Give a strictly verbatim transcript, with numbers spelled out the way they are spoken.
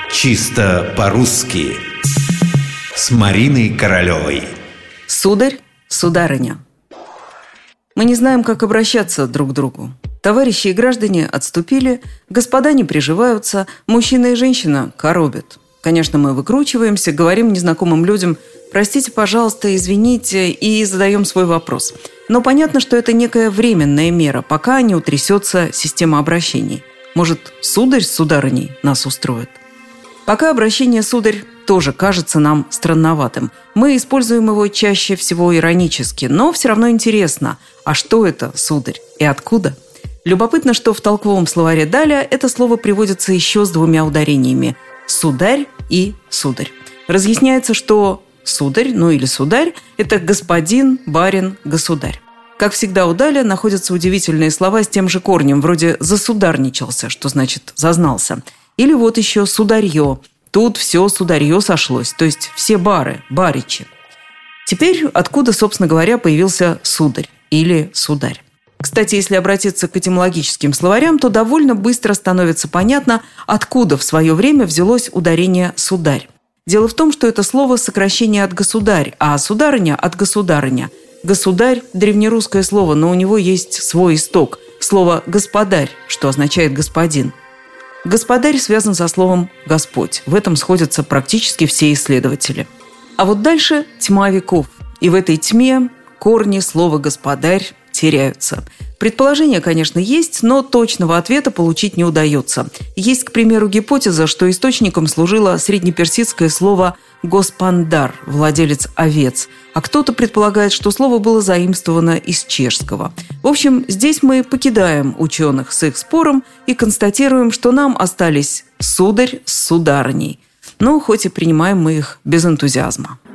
Чисто по-русски с Мариной Королевой. Сударь, сударыня. Мы не знаем, как обращаться друг к другу. Товарищи и граждане отступили, господа не приживаются, мужчина и женщина коробят. Конечно, мы выкручиваемся, говорим незнакомым людям: «Простите, пожалуйста, извините», и задаем свой вопрос. Но понятно, что это некая временная мера, пока не утрясется система обращений. Может, сударь с сударыней нас устроит? Пока обращение «сударь» тоже кажется нам странноватым. Мы используем его чаще всего иронически, но все равно интересно. А что это «сударь» и откуда? Любопытно, что в толковом словаре Даля это слово приводится еще с двумя ударениями – «сударь» и «сударь». Разъясняется, что «сударь», ну или «сударь» – это господин, барин, государь. Как всегда у Даля находятся удивительные слова с тем же корнем, вроде «засударничался», что значит «зазнался». Или вот еще «сударье». Тут все сударье сошлось, то есть все бары, баричи. Теперь откуда, собственно говоря, появился сударь или сударь? Кстати, если обратиться к этимологическим словарям, то довольно быстро становится понятно, откуда в свое время взялось ударение «сударь». Дело в том, что это слово сокращение от «государь», а «сударыня» от «государыня». «Государь» – древнерусское слово, но у него есть свой исток. Слово «господарь», что означает «господин». Господарь связан со словом «Господь». В этом сходятся практически все исследователи. А вот дальше тьма веков. И в этой тьме корни слова «господарь» теряются. Предположения, конечно, есть, но точного ответа получить не удается. Есть, к примеру, гипотеза, что источником служило среднеперсидское слово «госпандар» – владелец овец, а кто-то предполагает, что слово было заимствовано из чешского. В общем, здесь мы покидаем ученых с их спором и констатируем, что нам остались сударь с сударыней. Но хоть и принимаем мы их без энтузиазма.